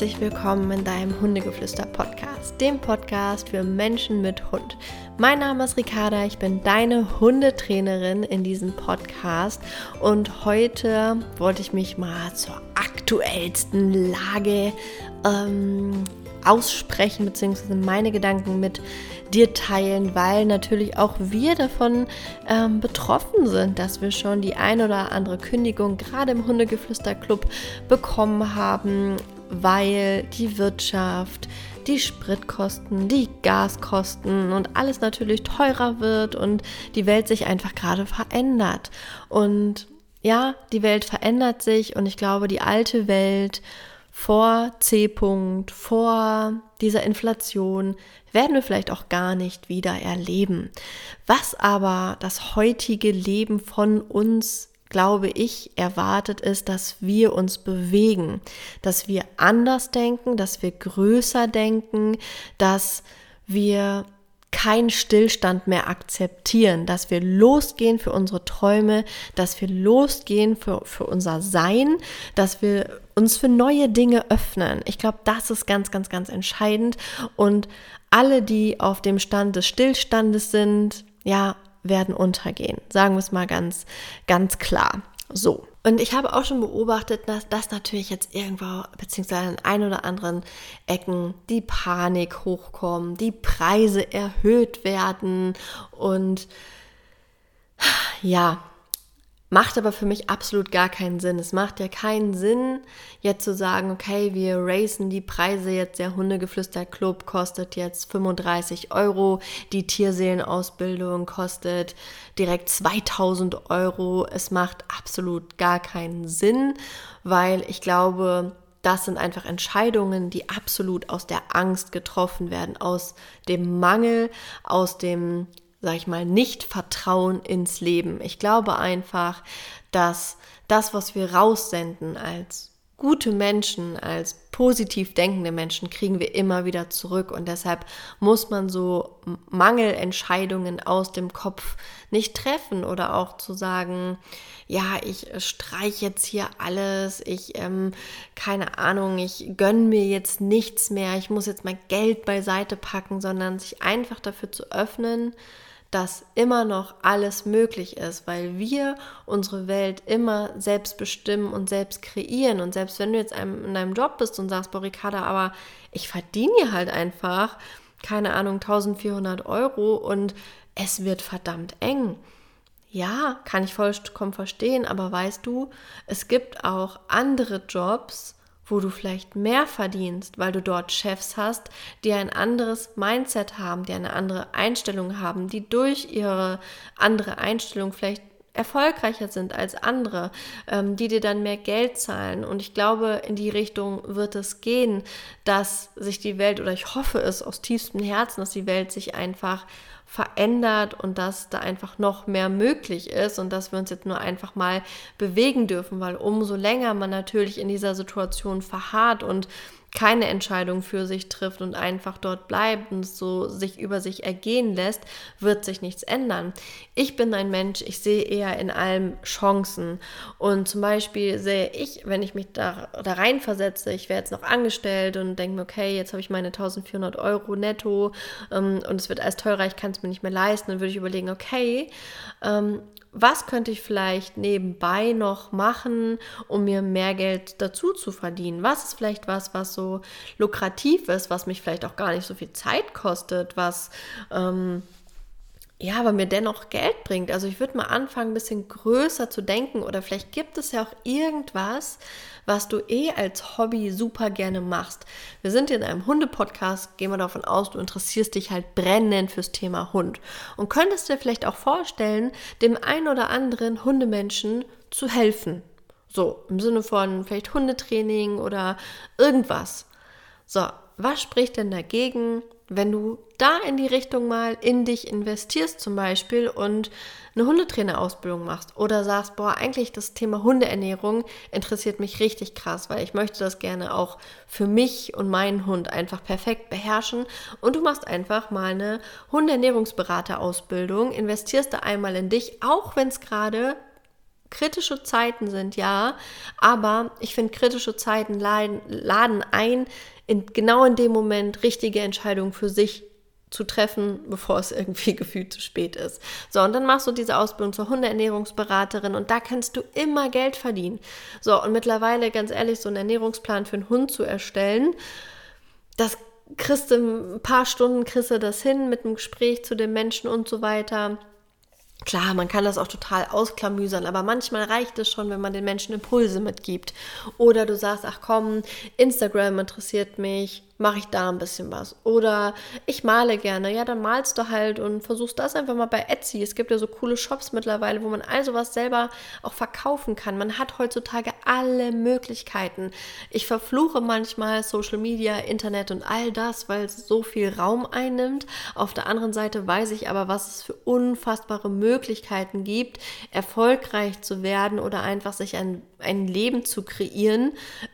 herzlich willkommen in deinem Hundegeflüster-Podcast, dem Podcast für Menschen mit Hund. Mein Name ist Ricarda, ich bin deine Hundetrainerin in diesem Podcast und heute wollte ich mich mal zur aktuellsten Lage aussprechen bzw. meine Gedanken mit dir teilen, weil natürlich auch wir davon betroffen sind, dass wir schon die ein oder andere Kündigung gerade im Hundegeflüster-Club bekommen haben, weil die Wirtschaft, die Spritkosten, die Gaskosten und alles natürlich teurer wird und die Welt sich einfach gerade verändert. Und ja, die Welt verändert sich und ich glaube, die alte Welt vor C-Punkt, vor dieser Inflation werden wir vielleicht auch gar nicht wieder erleben. Was aber das heutige Leben von uns, glaube ich, erwartet ist, dass wir uns bewegen, dass wir anders denken, dass wir größer denken, dass wir keinen Stillstand mehr akzeptieren, dass wir losgehen für unsere Träume, dass wir losgehen für unser Sein, dass wir uns für neue Dinge öffnen. Ich glaube, das ist ganz, ganz, ganz entscheidend und alle, die auf dem Stand des Stillstandes sind, ja, werden untergehen. Sagen wir es mal ganz, ganz klar. So. Und ich habe auch schon beobachtet, dass das natürlich jetzt irgendwo, beziehungsweise an ein oder anderen Ecken, die Panik hochkommt, die Preise erhöht werden und ja, macht aber für mich absolut gar keinen Sinn. Es macht ja keinen Sinn, jetzt zu sagen, okay, wir raisen die Preise jetzt, der Hundegeflüster-Club kostet jetzt 35 €, die Tierseelenausbildung kostet direkt 2.000 €. Es macht absolut gar keinen Sinn, weil ich glaube, das sind einfach Entscheidungen, die absolut aus der Angst getroffen werden, aus dem Mangel, aus dem Nicht-Vertrauen ins Leben. Ich glaube einfach, dass das, was wir raussenden als gute Menschen, als positiv denkende Menschen, kriegen wir immer wieder zurück und deshalb muss man so Mangelentscheidungen aus dem Kopf nicht treffen oder auch zu sagen, ja, ich streiche jetzt hier alles, keine Ahnung, ich gönne mir jetzt nichts mehr, ich muss jetzt mein Geld beiseite packen, sondern sich einfach dafür zu öffnen, dass immer noch alles möglich ist, weil wir unsere Welt immer selbst bestimmen und selbst kreieren. Und selbst wenn du jetzt in deinem Job bist und sagst, boah, Ricarda, aber ich verdiene hier halt einfach, keine Ahnung, 1.400 € und es wird verdammt eng. Ja, kann ich vollkommen verstehen, aber weißt du, es gibt auch andere Jobs, wo du vielleicht mehr verdienst, weil du dort Chefs hast, die ein anderes Mindset haben, die eine andere Einstellung haben, die durch ihre andere Einstellung vielleicht erfolgreicher sind als andere, die dir dann mehr Geld zahlen. Und ich glaube, in die Richtung wird es gehen, dass sich die Welt, oder ich hoffe es aus tiefstem Herzen, dass die Welt sich einfach verändert und dass da einfach noch mehr möglich ist und dass wir uns jetzt nur einfach mal bewegen dürfen, weil umso länger man natürlich in dieser Situation verharrt und keine Entscheidung für sich trifft und einfach dort bleibt und so sich über sich ergehen lässt, wird sich nichts ändern. Ich bin ein Mensch, ich sehe eher in allem Chancen und zum Beispiel sehe ich, wenn ich mich da reinversetze, ich wäre jetzt noch angestellt und denke mir, okay, jetzt habe ich meine 1.400 € netto und es wird alles teurer, ich kann es mir nicht mehr leisten, dann würde ich überlegen, okay, was könnte ich vielleicht nebenbei noch machen, um mir mehr Geld dazu zu verdienen? Was ist vielleicht was so lukrativ ist, was mich vielleicht auch gar nicht so viel Zeit kostet, was aber mir dennoch Geld bringt. Also ich würde mal anfangen, ein bisschen größer zu denken oder vielleicht gibt es ja auch irgendwas, was du als Hobby super gerne machst. Wir sind hier in einem Hunde-Podcast, gehen wir davon aus, du interessierst dich halt brennend fürs Thema Hund und könntest dir vielleicht auch vorstellen, dem einen oder anderen Hundemenschen zu helfen. So, im Sinne von vielleicht Hundetraining oder irgendwas. So, was spricht denn dagegen, wenn du da in die Richtung mal in dich investierst zum Beispiel und eine Hundetrainerausbildung machst oder sagst, boah, eigentlich das Thema Hundeernährung interessiert mich richtig krass, weil ich möchte das gerne auch für mich und meinen Hund einfach perfekt beherrschen und du machst einfach mal eine Hundeernährungsberaterausbildung, investierst da einmal in dich, auch wenn es gerade kritische Zeiten sind, ja, aber ich finde, kritische Zeiten laden ein, genau in dem Moment richtige Entscheidungen für sich zu treffen, bevor es irgendwie gefühlt zu spät ist. So, und dann machst du diese Ausbildung zur Hundeernährungsberaterin und da kannst du immer Geld verdienen. So, und mittlerweile, ganz ehrlich, so einen Ernährungsplan für einen Hund zu erstellen, das kriegst du in ein paar Stunden, kriegst du das hin mit einem Gespräch zu den Menschen und so weiter. Klar, man kann das auch total ausklamüsern, aber manchmal reicht es schon, wenn man den Menschen Impulse mitgibt. Oder du sagst, ach komm, Instagram interessiert mich, mache ich da ein bisschen was. Oder ich male gerne, ja, dann malst du halt und versuchst das einfach mal bei Etsy. Es gibt ja so coole Shops mittlerweile, wo man all sowas selber auch verkaufen kann. Man hat heutzutage alle Möglichkeiten. Ich verfluche manchmal Social Media, Internet und all das, weil es so viel Raum einnimmt. Auf der anderen Seite weiß ich aber, was es für unfassbare Möglichkeiten gibt, erfolgreich zu werden oder einfach sich ein Leben zu kreieren,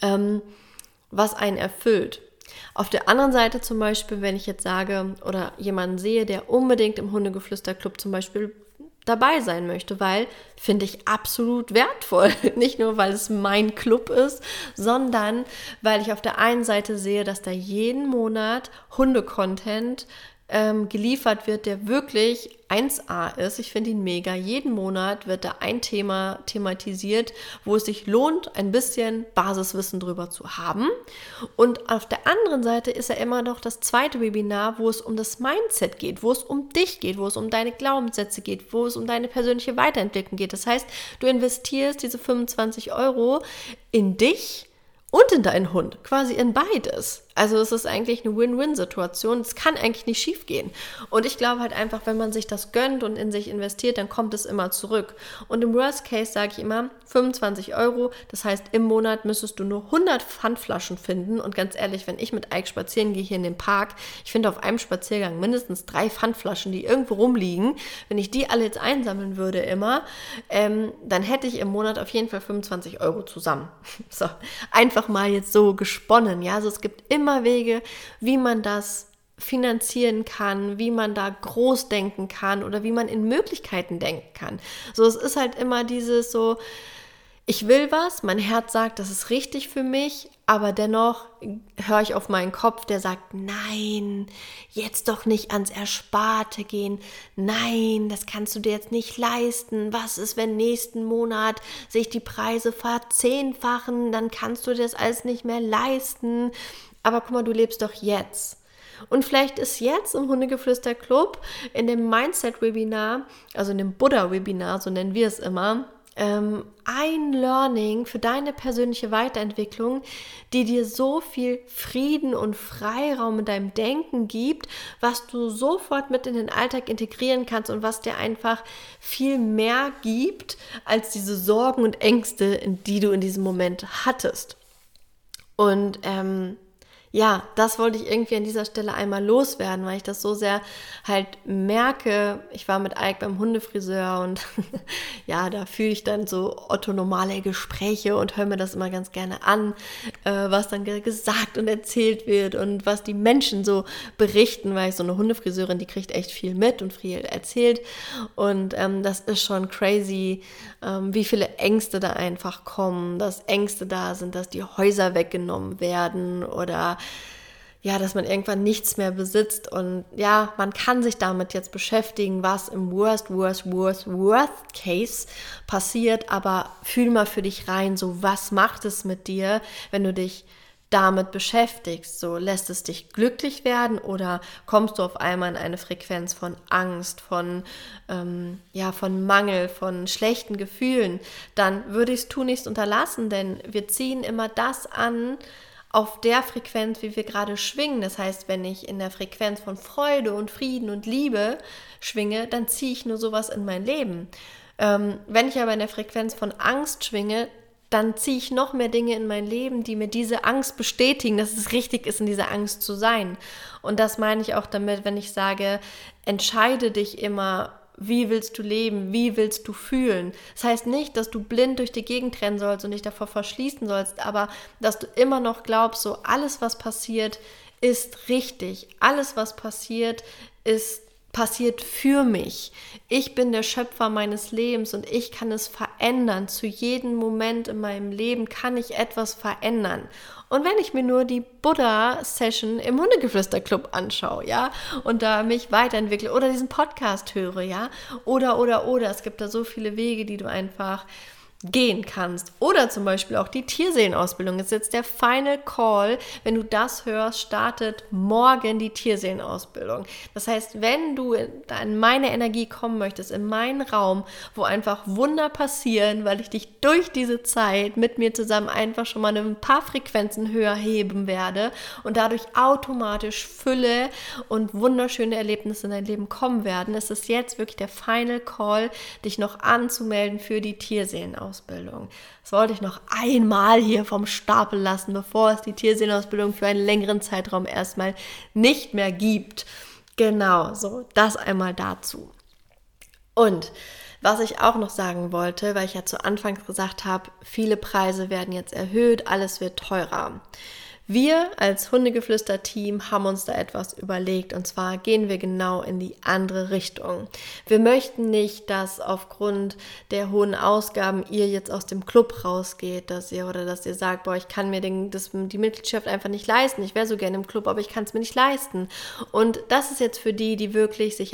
was einen erfüllt. Auf der anderen Seite zum Beispiel, wenn ich jetzt sage oder jemanden sehe, der unbedingt im Hundegeflüster-Club zum Beispiel dabei sein möchte, weil finde ich absolut wertvoll. Nicht nur, weil es mein Club ist, sondern weil ich auf der einen Seite sehe, dass da jeden Monat Hunde-Content geliefert wird, der wirklich 1A ist. Ich finde ihn mega. Jeden Monat wird da ein Thema thematisiert, wo es sich lohnt, ein bisschen Basiswissen drüber zu haben. Und auf der anderen Seite ist ja immer noch das zweite Webinar, wo es um das Mindset geht, wo es um dich geht, wo es um deine Glaubenssätze geht, wo es um deine persönliche Weiterentwicklung geht. Das heißt, du investierst diese 25 € in dich und in deinen Hund, quasi in beides. Also es ist eigentlich eine Win-Win-Situation. Es kann eigentlich nicht schief gehen. Und ich glaube halt einfach, wenn man sich das gönnt und in sich investiert, dann kommt es immer zurück. Und im Worst Case sage ich immer 25 €. Das heißt, im Monat müsstest du nur 100 Pfandflaschen finden. Und ganz ehrlich, wenn ich mit Ike spazieren gehe hier in den Park, ich finde auf einem Spaziergang mindestens 3 Pfandflaschen, die irgendwo rumliegen. Wenn ich die alle jetzt einsammeln würde immer, dann hätte ich im Monat auf jeden Fall 25 € zusammen. So, einfach mal jetzt so gesponnen. Ja, also es gibt immer Wege, wie man das finanzieren kann, wie man da groß denken kann oder wie man in Möglichkeiten denken kann. So, es ist halt immer dieses so, ich will was, mein Herz sagt, das ist richtig für mich, aber dennoch höre ich auf meinen Kopf, der sagt, nein, jetzt doch nicht ans Ersparte gehen, nein, das kannst du dir jetzt nicht leisten, was ist, wenn nächsten Monat sich die Preise verzehnfachen, dann kannst du dir das alles nicht mehr leisten, aber guck mal, du lebst doch jetzt. Und vielleicht ist jetzt im Hundegeflüster-Club in dem Mindset-Webinar, also in dem Buddha-Webinar, so nennen wir es immer, ein Learning für deine persönliche Weiterentwicklung, die dir so viel Frieden und Freiraum in deinem Denken gibt, was du sofort mit in den Alltag integrieren kannst und was dir einfach viel mehr gibt, als diese Sorgen und Ängste, die du in diesem Moment hattest. Und ja, das wollte ich irgendwie an dieser Stelle einmal loswerden, weil ich das so sehr halt merke. Ich war mit Ike beim Hundefriseur und ja, da fühle ich dann so otto-normale Gespräche und höre mir das immer ganz gerne an, was dann gesagt und erzählt wird und was die Menschen so berichten, weil ich so eine Hundefriseurin, die kriegt echt viel mit und viel erzählt und das ist schon crazy, wie viele Ängste da einfach kommen, dass Ängste da sind, dass die Häuser weggenommen werden oder ja, dass man irgendwann nichts mehr besitzt und ja, man kann sich damit jetzt beschäftigen, was im Worst Case passiert, aber fühl mal für dich rein, so was macht es mit dir, wenn du dich damit beschäftigst, so lässt es dich glücklich werden oder kommst du auf einmal in eine Frequenz von Angst, von Mangel, von schlechten Gefühlen, dann würde ich es tunlichst unterlassen, denn wir ziehen immer das an, auf der Frequenz, wie wir gerade schwingen. Das heißt, wenn ich in der Frequenz von Freude und Frieden und Liebe schwinge, dann ziehe ich nur sowas in mein Leben. Wenn ich aber in der Frequenz von Angst schwinge, dann ziehe ich noch mehr Dinge in mein Leben, die mir diese Angst bestätigen, dass es richtig ist, in dieser Angst zu sein. Und das meine ich auch damit, wenn ich sage, entscheide dich immer, wie willst du leben, wie willst du fühlen. Das heißt nicht, dass du blind durch die Gegend rennen sollst und dich davor verschließen sollst, aber dass du immer noch glaubst, so alles, was passiert, ist richtig. Alles, was passiert, ist passiert für mich. Ich bin der Schöpfer meines Lebens und ich kann es verändern. Zu jedem Moment in meinem Leben kann ich etwas verändern. Und wenn ich mir nur die Buddha-Session im Hundegeflüster-Club anschaue, ja, und da mich weiterentwickle oder diesen Podcast höre, ja, oder, es gibt da so viele Wege, die du einfach gehen kannst. Oder zum Beispiel auch die Tierseelenausbildung. Das ist jetzt der Final Call. Wenn du das hörst, startet morgen die Tierseelenausbildung. Das heißt, wenn du in meine Energie kommen möchtest, in meinen Raum, wo einfach Wunder passieren, weil ich dich durch diese Zeit mit mir zusammen einfach schon mal ein paar Frequenzen höher heben werde und dadurch automatisch Fülle und wunderschöne Erlebnisse in dein Leben kommen werden, ist es jetzt wirklich der Final Call, dich noch anzumelden für die Tierseelenausbildung. Das wollte ich noch einmal hier vom Stapel lassen, bevor es die Tierseelenausbildung für einen längeren Zeitraum erstmal nicht mehr gibt. Genau, so das einmal dazu. Und was ich auch noch sagen wollte, weil ich ja zu Anfang gesagt habe, viele Preise werden jetzt erhöht, alles wird teurer. Wir als Hundegeflüster-Team haben uns da etwas überlegt und zwar gehen wir genau in die andere Richtung. Wir möchten nicht, dass aufgrund der hohen Ausgaben ihr jetzt aus dem Club rausgeht, dass ihr sagt, boah, ich kann mir die Mitgliedschaft einfach nicht leisten. Ich wäre so gerne im Club, aber ich kann es mir nicht leisten. Und das ist jetzt für die wirklich sich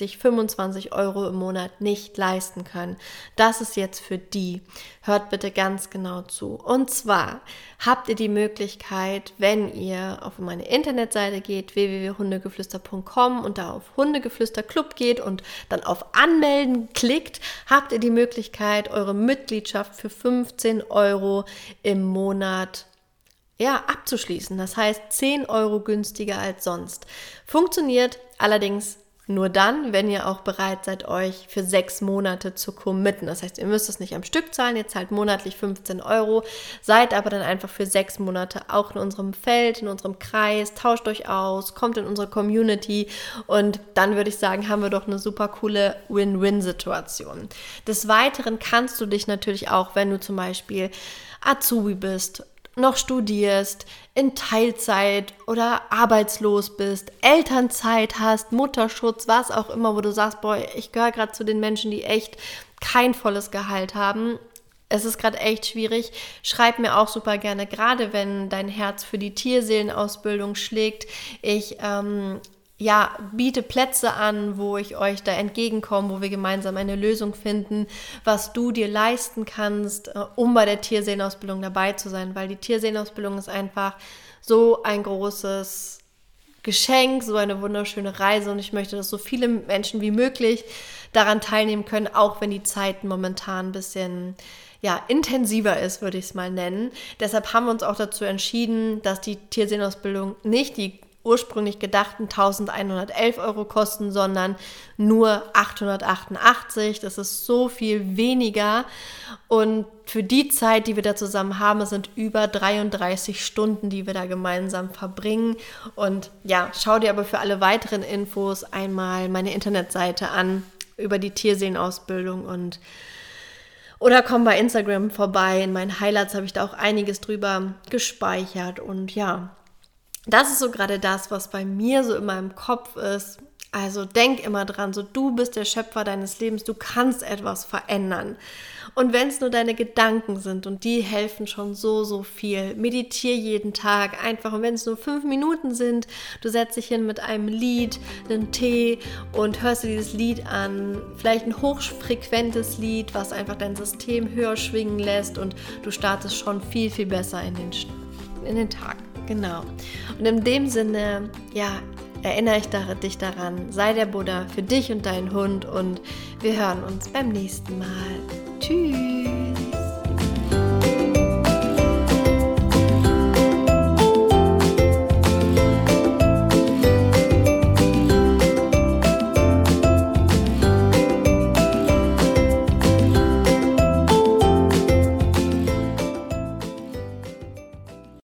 25 € im Monat nicht leisten können. Das ist jetzt für die. Hört bitte ganz genau zu. Und zwar habt ihr die Möglichkeit, wenn ihr auf meine Internetseite geht, www.hundegeflüster.com und da auf Hundegeflüster-Club geht und dann auf Anmelden klickt, habt ihr die Möglichkeit, eure Mitgliedschaft für 15 € im Monat abzuschließen. Das heißt 10 € günstiger als sonst. Funktioniert allerdings nur dann, wenn ihr auch bereit seid, euch für 6 Monate zu committen. Das heißt, ihr müsst es nicht am Stück zahlen, ihr zahlt monatlich 15 €, seid aber dann einfach für 6 Monate auch in unserem Feld, in unserem Kreis, tauscht euch aus, kommt in unsere Community und dann würde ich sagen, haben wir doch eine super coole Win-Win-Situation. Des Weiteren kannst du dich natürlich auch, wenn du zum Beispiel Azubi bist, noch studierst, in Teilzeit oder arbeitslos bist, Elternzeit hast, Mutterschutz, was auch immer, wo du sagst, boah, ich gehöre gerade zu den Menschen, die echt kein volles Gehalt haben. Es ist gerade echt schwierig. Schreib mir auch super gerne, gerade wenn dein Herz für die Tierseelenausbildung schlägt. Ich biete Plätze an, wo ich euch da entgegenkomme, wo wir gemeinsam eine Lösung finden, was du dir leisten kannst, um bei der Tierseelenausbildung dabei zu sein, weil die Tierseelenausbildung ist einfach so ein großes Geschenk, so eine wunderschöne Reise und ich möchte, dass so viele Menschen wie möglich daran teilnehmen können, auch wenn die Zeit momentan ein bisschen intensiver ist, würde ich es mal nennen. Deshalb haben wir uns auch dazu entschieden, dass die Tierseelenausbildung nicht die ursprünglich gedachten 1.111 € kosten, sondern nur 888. Das ist so viel weniger und für die Zeit, die wir da zusammen haben, es sind über 33 Stunden, die wir da gemeinsam verbringen und schau dir aber für alle weiteren Infos einmal meine Internetseite an über die Tierseelenausbildung oder komm bei Instagram vorbei. In meinen Highlights habe ich da auch einiges drüber gespeichert und das ist so gerade das, was bei mir so in meinem Kopf ist. Also denk immer dran, so du bist der Schöpfer deines Lebens, du kannst etwas verändern. Und wenn es nur deine Gedanken sind und die helfen schon so viel, meditiere jeden Tag einfach. Und wenn es nur 5 Minuten sind, du setzt dich hin mit einem Lied, einem Tee und hörst dir dieses Lied an. Vielleicht ein hochfrequentes Lied, was einfach dein System höher schwingen lässt und du startest schon viel besser in den Tag. Genau. Und in dem Sinne, erinnere ich dich daran, sei der Buddha für dich und deinen Hund und wir hören uns beim nächsten Mal. Tschüss!